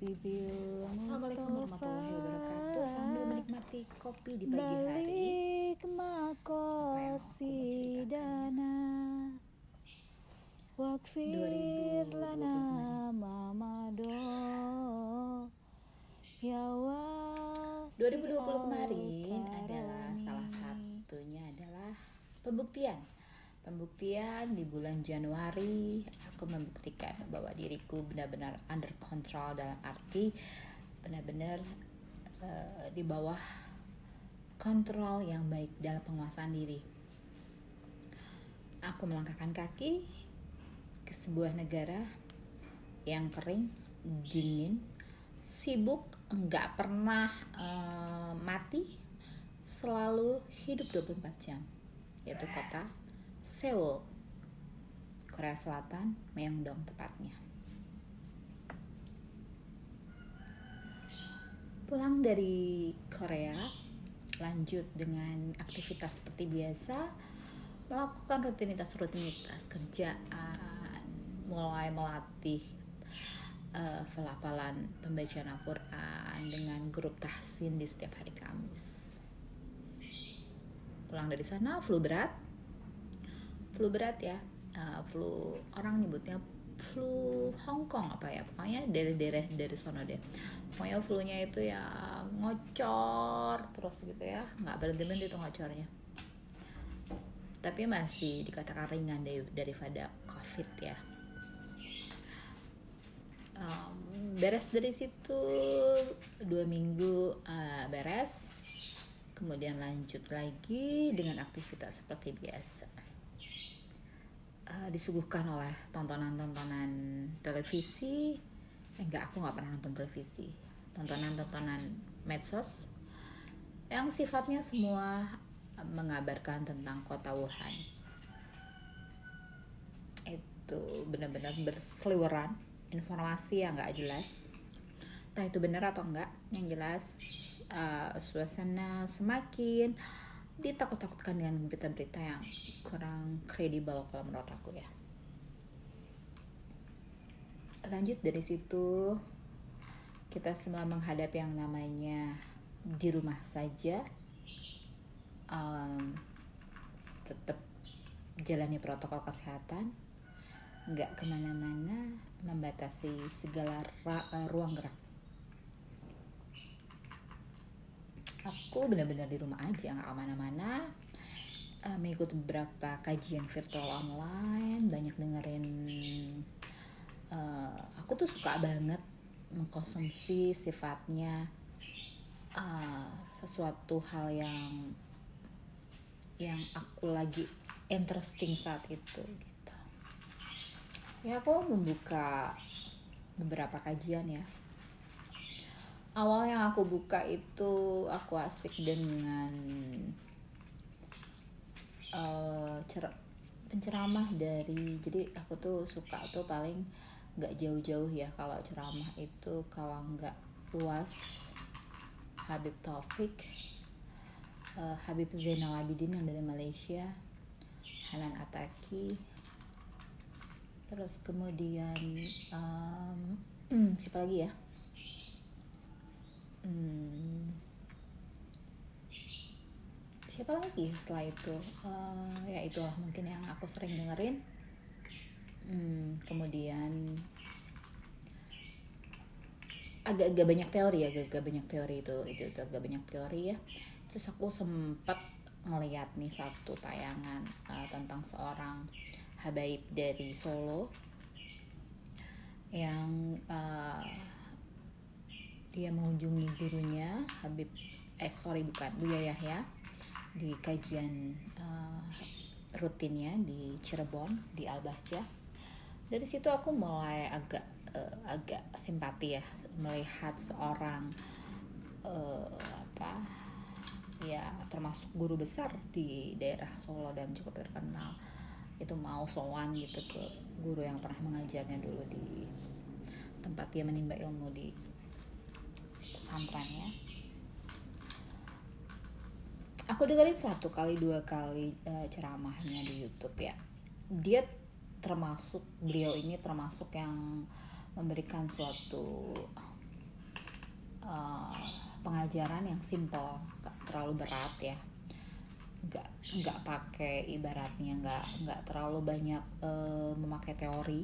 Habibil Assalamualaikum warahmatullahi wabarakatuh. Sambil menikmati kopi di pagi hari, balik makosidana wakfir 2020 lana mamado ya 2020 kemarin adalah salah satunya adalah Pembuktian di bulan Januari. Aku membuktikan bahwa diriku benar-benar under control, dalam arti benar-benar di bawah kontrol yang baik dalam penguasaan diri. Aku melangkahkan kaki ke sebuah negara yang kering, dingin, sibuk, nggak pernah mati, selalu hidup 24 jam, yaitu kota Seoul, Korea Selatan, Myeongdong tepatnya. Pulang dari Korea, lanjut dengan aktivitas seperti biasa, melakukan rutinitas kerjaan, mulai melatih pelafalan pembacaan Al-Quran dengan grup tahsin di setiap hari Kamis. Pulang dari sana, flu berat ya, flu orang nyebutnya flu Hongkong apa ya, pokoknya dari sono deh. Pokoknya flu-nya itu ya ngocor terus gitu ya, nggak berhenti tuh ngocornya. Tapi masih dikatakan ringan daripada COVID ya. Beres dari situ 2 minggu beres, kemudian lanjut lagi dengan aktivitas seperti biasa. Disuguhkan oleh tontonan televisi. Aku nggak pernah nonton televisi. Tontonan medsos yang sifatnya semua mengabarkan tentang kota Wuhan. Itu benar-benar berseliweran informasi yang nggak jelas. Entah itu benar atau enggak. Yang jelas suasana semakin ditakut-takutkan dengan berita-berita yang kurang kredibel kalau menurut aku ya. Lanjut dari situ, kita semua menghadapi yang namanya di rumah saja, tetap jalani protokol kesehatan, nggak kemana-mana, membatasi segala ruang gerak. Aku benar-benar di rumah aja, nggak kemana-mana, mengikuti beberapa kajian virtual online, banyak dengerin. Aku tuh suka banget mengkonsumsi sifatnya sesuatu hal yang aku lagi interesting saat itu gitu. Ya, aku membuka beberapa kajian ya. Awal yang aku buka itu aku asik dengan penceramah jadi aku tuh suka tuh paling nggak jauh-jauh ya kalau ceramah itu, kalau nggak UAS Habib Taufik, Habib Zainal Abidin yang dari Malaysia, Hanan Ataki, terus kemudian siapa lagi ya, siapa lagi setelah itu, ya itulah mungkin yang aku sering dengerin. Kemudian agak banyak teori ya, agak banyak teori ya. Terus aku sempat ngeliat nih satu tayangan tentang seorang habaib dari Solo yang dia mengunjungi gurunya Buya Yahya di kajian rutinnya di Cirebon di Al-Bahjah. Dari situ aku mulai agak simpati ya melihat seorang termasuk guru besar di daerah Solo dan cukup terkenal itu mau sowan gitu ke guru yang pernah mengajarnya dulu di tempat dia menimba ilmu di pesantrennya. Aku dengerin 1 kali 2 kali ceramahnya di YouTube ya. Beliau ini termasuk yang memberikan suatu pengajaran yang simple, nggak terlalu berat ya, nggak pakai ibaratnya nggak terlalu banyak memakai teori.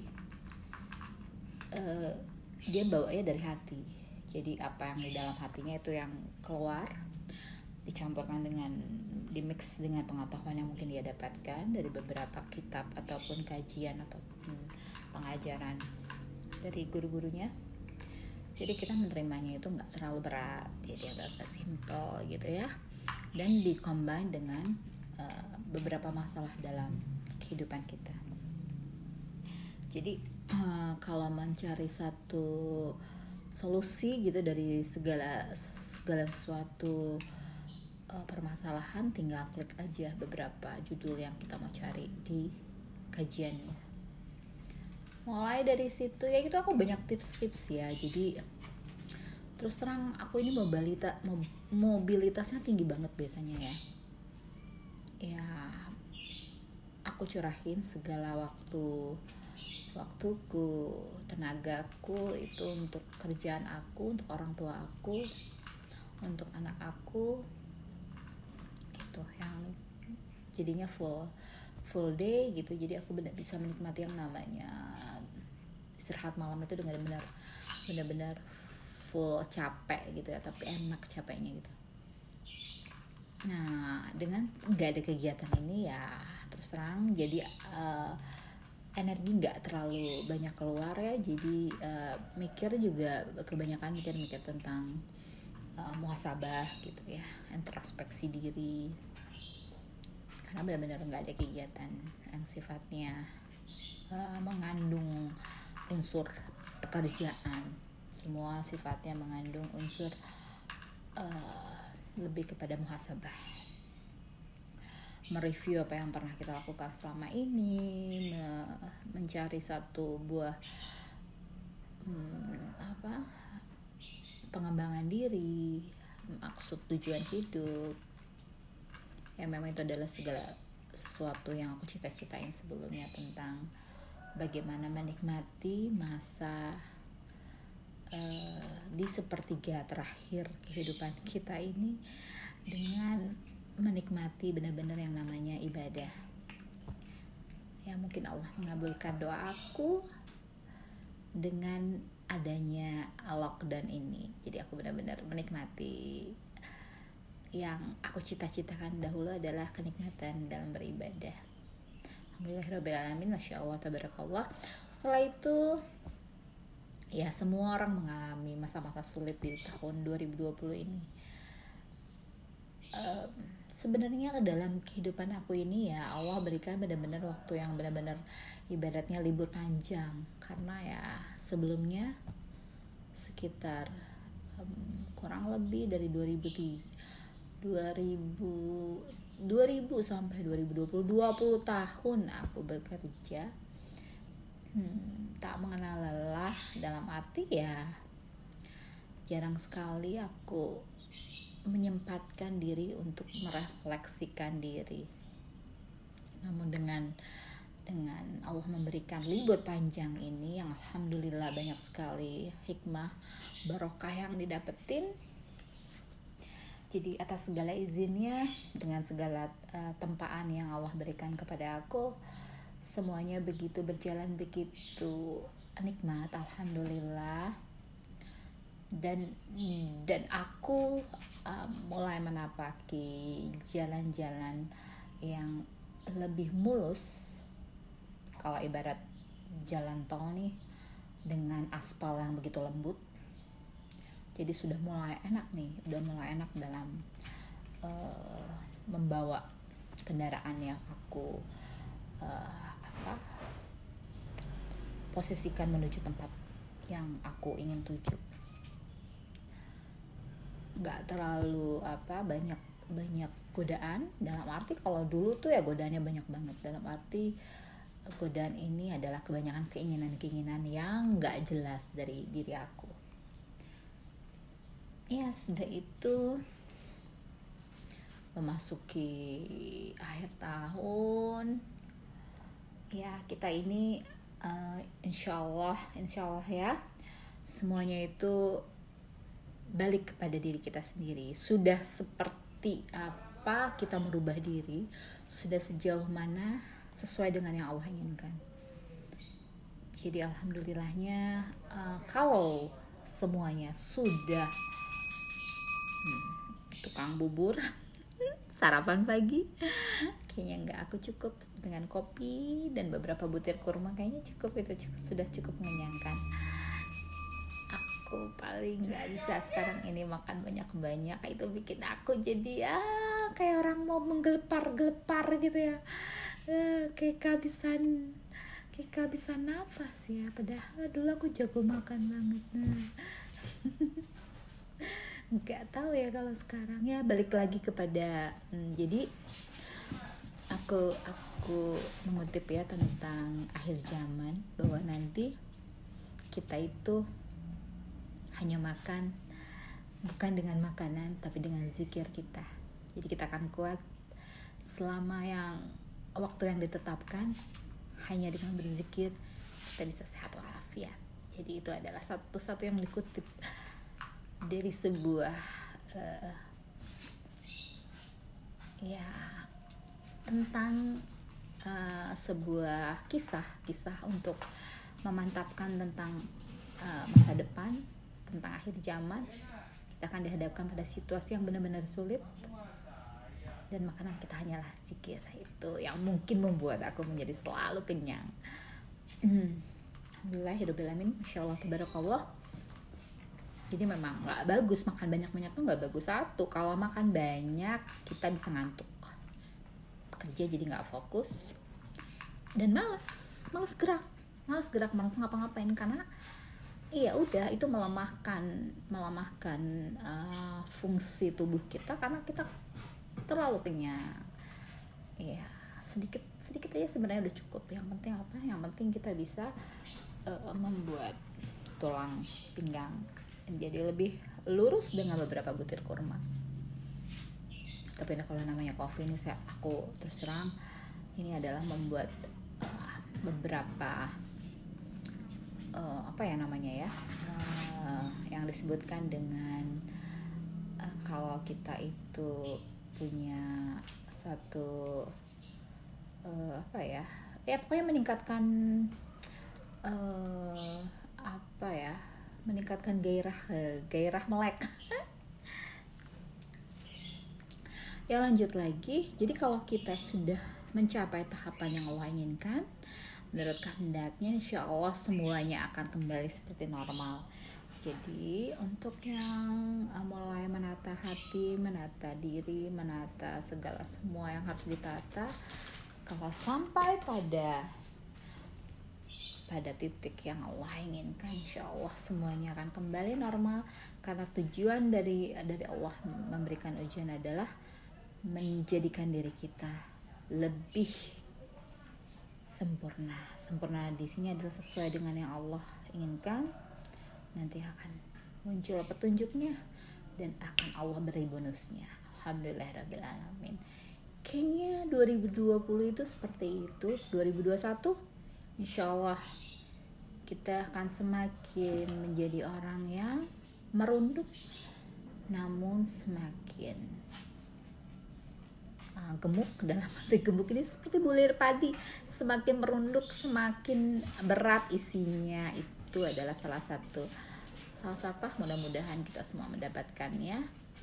Dia bawanya dari hati, jadi apa yang di dalam hatinya itu yang keluar, dicampurkan dengan dimix dengan pengetahuan yang mungkin dia dapatkan dari beberapa kitab ataupun kajian ataupun pengajaran dari guru-gurunya. Jadi kita menerimanya itu nggak terlalu berat, jadi agak simple gitu ya, dan dikombin dengan beberapa masalah dalam kehidupan kita. Jadi kalau mencari satu solusi gitu dari segala sesuatu permasalahan, tinggal klik aja beberapa judul yang kita mau cari di kajiannya. Mulai dari situ ya, itu aku banyak tips-tips ya. Jadi terus terang aku ini mobilitasnya tinggi banget biasanya ya. Ya aku curahin segala waktuku, tenagaku itu untuk kerjaan aku, untuk orang tua aku, untuk anak aku. Itu yang jadinya full day gitu. Jadi aku bisa menikmati yang namanya istirahat malam itu dengan benar-benar full capek gitu ya, tapi enak capeknya gitu. Nah, dengan nggak ada kegiatan ini ya terus terang jadi energi nggak terlalu banyak keluar ya. Jadi mikir juga kebanyakan mikir tentang muhasabah gitu ya, introspeksi diri, karena benar-benar nggak ada kegiatan yang sifatnya mengandung unsur pekerjaan. Semua sifatnya mengandung unsur lebih kepada muhasabah, mereview apa yang pernah kita lakukan selama ini, mencari satu buah pengembangan diri, maksud tujuan hidup. Ya memang itu adalah segala sesuatu yang aku cita-citain sebelumnya, tentang bagaimana menikmati masa di sepertiga terakhir kehidupan kita ini dengan menikmati benar-benar yang namanya ibadah. Ya mungkin Allah mengabulkan doa aku dengan adanya lockdown ini. Jadi aku benar-benar menikmati yang aku cita-citakan dahulu adalah kenikmatan dalam beribadah. Alhamdulillahirrabbilalamin, Masya Allah, tabarakallah. Setelah itu ya semua orang mengalami masa-masa sulit di tahun 2020 ini. Sebenarnya dalam kehidupan aku ini ya Allah berikan benar-benar waktu yang benar-benar ibaratnya libur panjang, karena ya sebelumnya sekitar kurang lebih dari 2000 sampai 2020 20 tahun aku bekerja, tak mengenal lelah, dalam arti ya jarang sekali aku menyempatkan diri untuk merefleksikan diri. Namun dengan Allah memberikan libur panjang ini yang alhamdulillah banyak sekali hikmah barokah yang didapetin. Jadi atas segala izinnya, dengan segala tempaan yang Allah berikan kepada aku, semuanya begitu berjalan begitu nikmat, alhamdulillah. Dan aku mulai menapaki jalan-jalan yang lebih mulus. Kalau ibarat jalan tol nih dengan aspal yang begitu lembut, jadi sudah mulai enak dalam membawa kendaraan yang aku posisikan menuju tempat yang aku ingin tuju. Nggak terlalu banyak godaan, dalam arti kalau dulu tuh ya godaannya banyak banget, dalam arti godaan ini adalah kebanyakan keinginan yang nggak jelas dari diri aku. Ya sudah itu memasuki akhir tahun ya, kita ini insya Allah ya semuanya itu balik kepada diri kita sendiri. Sudah seperti apa kita merubah diri, sudah sejauh mana sesuai dengan yang Allah inginkan. Jadi alhamdulillahnya kalau semuanya sudah tukang bubur sarapan pagi, kayaknya enggak, aku cukup dengan kopi dan beberapa butir kurma, kayaknya cukup, itu sudah cukup mengenyangkan. Aku paling nggak bisa sekarang ini makan banyak-banyak, itu bikin aku jadi kayak orang mau menggelepar-gelepar gitu ya, kayak kehabisan nafas ya, padahal dulu aku jago makan banget. Nggak tahu ya kalau sekarang ya, balik lagi kepada jadi aku mengutip ya tentang akhir zaman, bahwa nanti kita itu hanya makan bukan dengan makanan tapi dengan zikir kita. Jadi kita akan kuat selama yang waktu yang ditetapkan, hanya dengan berzikir kita bisa sehat walafiat. Jadi itu adalah satu-satu yang dikutip dari sebuah ya tentang sebuah kisah untuk memantapkan tentang masa depan, tentang akhir zaman. Kita akan dihadapkan pada situasi yang benar-benar sulit, dan makanan kita hanyalah zikir. Itu yang mungkin membuat aku menjadi selalu kenyang. Alhamdulillahirobbilalamin, insyaallah tabarakallah. Jadi memang nggak bagus makan banyak-banyak tuh, nggak bagus. Satu, kalau makan banyak kita bisa ngantuk, kerja jadi nggak fokus, dan malas gerak, malas ngapa-ngapain, karena iya udah itu melemahkan fungsi tubuh kita karena kita terlalu kenyang. Iya, sedikit aja sebenarnya udah cukup. Yang penting apa? Yang penting kita bisa membuat tulang pinggang menjadi lebih lurus dengan beberapa butir kurma. Tapi kalau namanya kopi ini aku terus terang ini adalah membuat beberapa yang disebutkan dengan kalau kita itu punya satu pokoknya meningkatkan meningkatkan gairah melek. Ya lanjut lagi. Jadi kalau kita sudah mencapai tahapan yang Allah inginkan, menurut kehendaknya, insya Allah semuanya akan kembali seperti normal. Jadi untuk yang mulai menata hati, menata diri, menata segala semua yang harus ditata, kalau sampai pada titik yang Allah inginkan, insya Allah semuanya akan kembali normal. Karena tujuan dari Allah memberikan ujian adalah menjadikan diri kita lebih sempurna di sini adalah sesuai dengan yang Allah inginkan. Nanti akan muncul petunjuknya dan akan Allah beri bonusnya. Alhamdulillahirobbilalamin. Kayaknya 2020 itu seperti itu. 2021 insya Allah kita akan semakin menjadi orang yang merunduk, namun semakin gemuk. Dalam arti gemuk ini seperti bulir padi, semakin merunduk semakin berat isinya. Itu adalah salah satu falsafah. Mudah-mudahan kita semua mendapatkannya,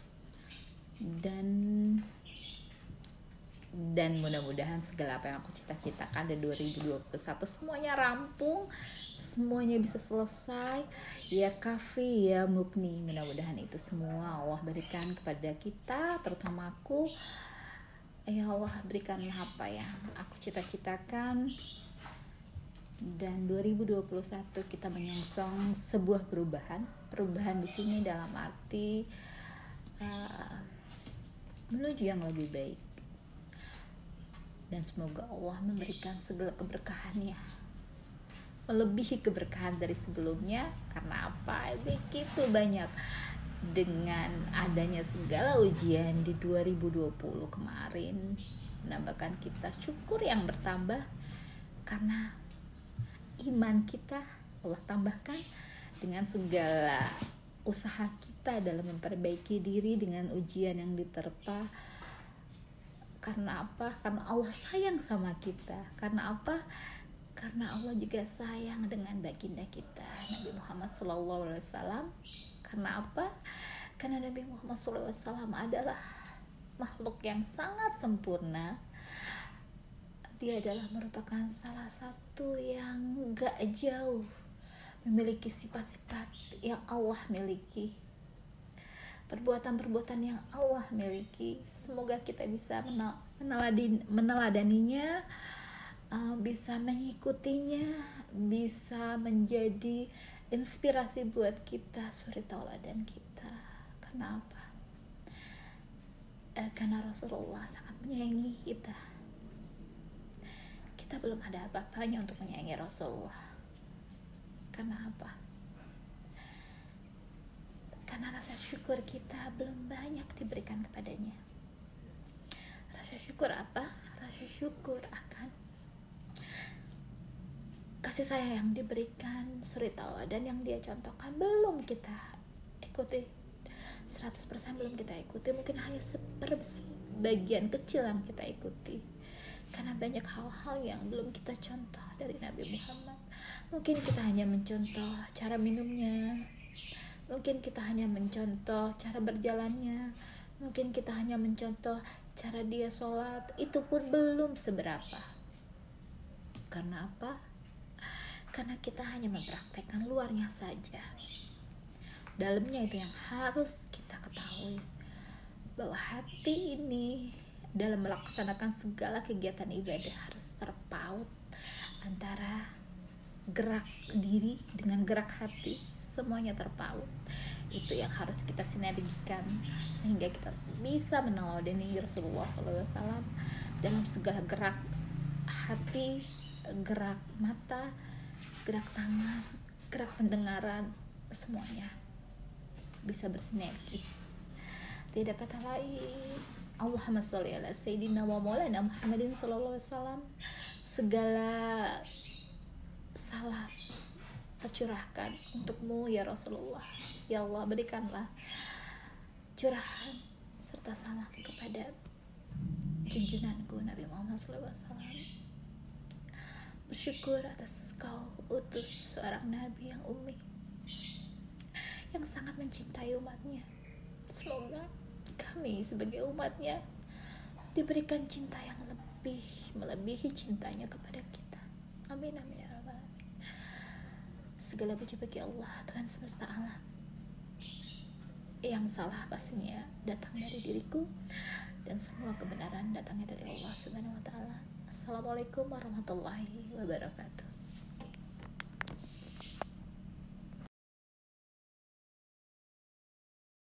dan mudah-mudahan segala apa yang aku cita-citakan di 2021 semuanya rampung, semuanya bisa selesai. Ya Kafi, ya Mukni, mudah-mudahan itu semua Allah berikan kepada kita, terutama aku. Ya Allah, berikanlah apa yang aku cita-citakan, dan 2021 kita menyongsong sebuah perubahan di sini dalam arti menuju yang lebih baik. Dan semoga Allah memberikan segala keberkahannya, melebihi keberkahan dari sebelumnya. Karena apa? Begitu banyak dengan adanya segala ujian di 2020 kemarin, menambahkan kita syukur yang bertambah karena iman kita Allah tambahkan dengan segala usaha kita dalam memperbaiki diri dengan ujian yang diterpa. Karena apa? Karena Allah sayang sama kita. Karena apa? Karena Allah juga sayang dengan baginda kita, Nabi Muhammad SAW. Karena apa? Karena Nabi Muhammad SAW adalah makhluk yang sangat sempurna. Dia adalah merupakan salah satu yang gak jauh memiliki sifat-sifat yang Allah miliki, perbuatan-perbuatan yang Allah miliki. Semoga kita bisa meneladaninya, bisa mengikutinya, bisa menjadi inspirasi buat kita, suri tauladan kita. Karena apa? Karena Rasulullah sangat menyayangi kita. Kita belum ada apa-apanya untuk menyayangi Rasulullah. Karena apa? Karena rasa syukur kita belum banyak diberikan kepadanya. Rasa syukur apa? Rasa syukur akan kasih sayang yang diberikan, suri tauladan yang dia contohkan belum kita ikuti 100%, belum kita ikuti. Mungkin hanya sebagian kecil yang kita ikuti, karena banyak hal-hal yang belum kita contoh dari Nabi Muhammad. Mungkin kita hanya mencontoh cara minumnya, mungkin kita hanya mencontoh cara berjalannya, mungkin kita hanya mencontoh cara dia sholat. Itu pun belum seberapa. Karena apa? Karena kita hanya mempraktekkan luarnya saja. Dalamnya itu yang harus kita ketahui, bahwa hati ini dalam melaksanakan segala kegiatan ibadah harus terpaut antara gerak diri dengan gerak hati, semuanya terpaut. Itu yang harus kita sinergikan sehingga kita bisa meneladani Rasulullah SAW dalam segala gerak hati, gerak mata, gerak tangan, gerak pendengaran, semuanya bisa bersinergi. Tidak kata lain, Allahumma sholli ala sayyidina wa maulana Muhammadin sallallahu alaihi wasallam. Segala salam tercurahkan untukmu ya Rasulullah. Ya Allah, berikanlah curahan serta salam kepada junjunganku Nabi Muhammad sallallahu alaihi wasallam. Bersyukur atas kau utus seorang nabi yang ummi, yang sangat mencintai umatnya. Semoga kami sebagai umatnya diberikan cinta yang lebih melebihi cintanya kepada kita. Amin amin ya rabbal alamin. Segala puji bagi Allah, Tuhan semesta alam. Yang salah pastinya datang dari diriku, dan semua kebenaran datangnya dari Allah Subhanahu wa taala. Assalamualaikum warahmatullahi wabarakatuh.